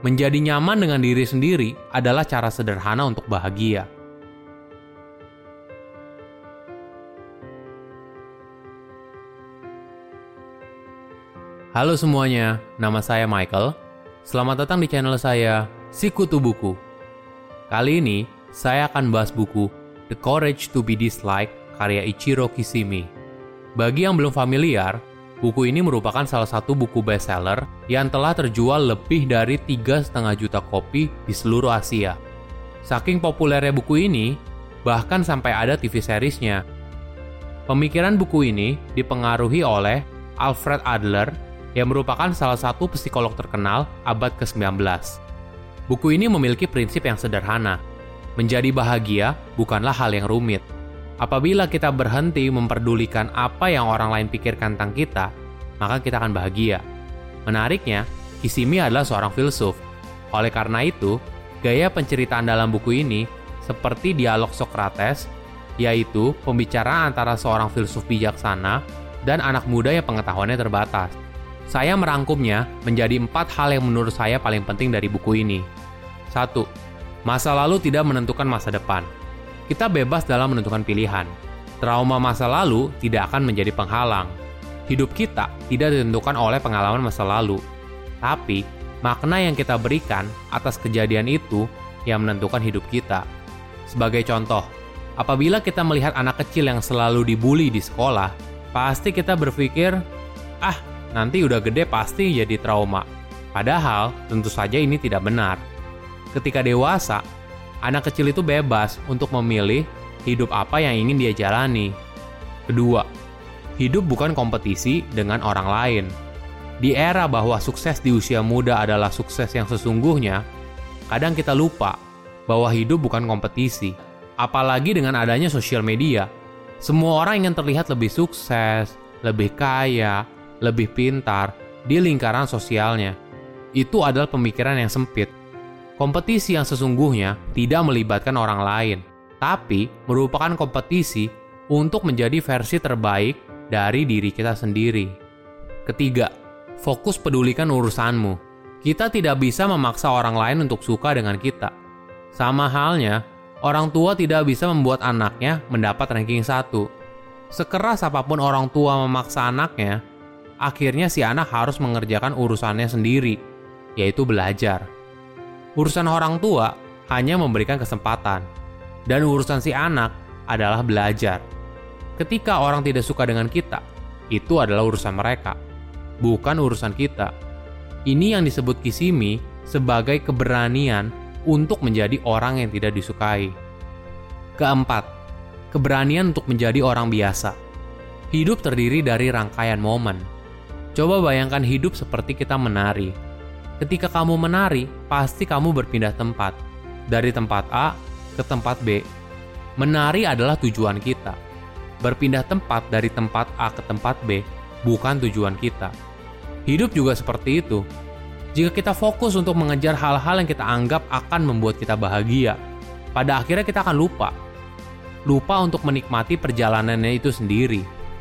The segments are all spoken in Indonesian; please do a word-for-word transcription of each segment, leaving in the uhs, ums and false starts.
Menjadi nyaman dengan diri sendiri adalah cara sederhana untuk bahagia. Halo semuanya, nama saya Michael. Selamat datang di channel saya, Sikutu Buku. Kali ini, saya akan bahas buku The Courage to be Disliked karya Ichiro Kishimi. Bagi yang belum familiar, buku ini merupakan salah satu buku bestseller yang telah terjual lebih dari tiga koma lima juta kopi di seluruh Asia. Saking populernya buku ini, bahkan sampai ada T V seriesnya. Pemikiran buku ini dipengaruhi oleh Alfred Adler yang merupakan salah satu psikolog terkenal abad ke sembilan belas. Buku ini memiliki prinsip yang sederhana. Menjadi bahagia bukanlah hal yang rumit. Apabila kita berhenti memperdulikan apa yang orang lain pikirkan tentang kita, maka kita akan bahagia. Menariknya, Kishimi adalah seorang filsuf. Oleh karena itu, gaya penceritaan dalam buku ini seperti dialog Socrates, yaitu pembicaraan antara seorang filsuf bijaksana dan anak muda yang pengetahuannya terbatas. Saya merangkumnya menjadi empat hal yang menurut saya paling penting dari buku ini. Satu, masa lalu tidak menentukan masa depan. Kita bebas dalam menentukan pilihan. Trauma masa lalu tidak akan menjadi penghalang. Hidup kita tidak ditentukan oleh pengalaman masa lalu. Tapi, makna yang kita berikan atas kejadian itu yang menentukan hidup kita. Sebagai contoh, apabila kita melihat anak kecil yang selalu dibully di sekolah, pasti kita berpikir, ah, nanti udah gede pasti jadi trauma. Padahal, tentu saja ini tidak benar. Ketika dewasa, anak kecil itu bebas untuk memilih hidup apa yang ingin dia jalani. Kedua, hidup bukan kompetisi dengan orang lain. Di era bahwa sukses di usia muda adalah sukses yang sesungguhnya, kadang kita lupa bahwa hidup bukan kompetisi. Apalagi dengan adanya sosial media. Semua orang ingin terlihat lebih sukses, lebih kaya, lebih pintar di lingkaran sosialnya. Itu adalah pemikiran yang sempit. Kompetisi yang sesungguhnya tidak melibatkan orang lain, tapi merupakan kompetisi untuk menjadi versi terbaik dari diri kita sendiri. Ketiga, fokus pedulikan urusanmu. Kita tidak bisa memaksa orang lain untuk suka dengan kita. Sama halnya, orang tua tidak bisa membuat anaknya mendapat ranking satu. Sekeras apapun orang tua memaksa anaknya, akhirnya si anak harus mengerjakan urusannya sendiri, yaitu belajar. Urusan orang tua hanya memberikan kesempatan, dan urusan si anak adalah belajar. Ketika orang tidak suka dengan kita, itu adalah urusan mereka, bukan urusan kita. Ini yang disebut Kishimi sebagai keberanian untuk menjadi orang yang tidak disukai. Keempat, keberanian untuk menjadi orang biasa. Hidup terdiri dari rangkaian momen. Coba bayangkan hidup seperti kita menari. Ketika kamu menari, pasti kamu berpindah tempat. Dari tempat A ke tempat B. Menari adalah tujuan kita. Berpindah tempat dari tempat A ke tempat B bukan tujuan kita. Hidup juga seperti itu. Jika kita fokus untuk mengejar hal-hal yang kita anggap akan membuat kita bahagia, pada akhirnya kita akan lupa. Lupa untuk menikmati perjalanannya itu sendiri.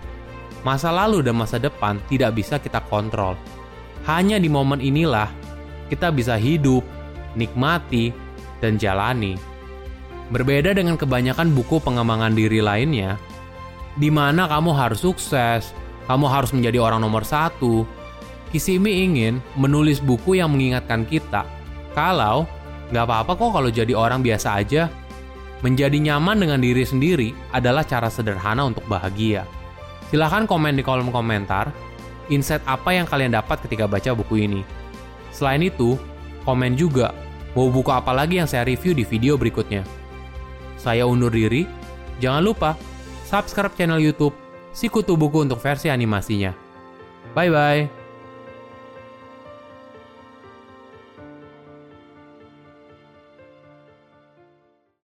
Masa lalu dan masa depan tidak bisa kita kontrol. Hanya di momen inilah kita bisa hidup, nikmati, dan jalani. Berbeda dengan kebanyakan buku pengembangan diri lainnya, di mana kamu harus sukses, kamu harus menjadi orang nomor satu. Kishimi ingin menulis buku yang mengingatkan kita, kalau nggak apa-apa kok kalau jadi orang biasa aja. Menjadi nyaman dengan diri sendiri adalah cara sederhana untuk bahagia. Silahkan komen di kolom komentar, insight apa yang kalian dapat ketika baca buku ini. Selain itu, komen juga mau buku apa lagi yang saya review di video berikutnya. Saya undur diri, jangan lupa subscribe channel YouTube Sikutu Buku untuk versi animasinya. Bye-bye!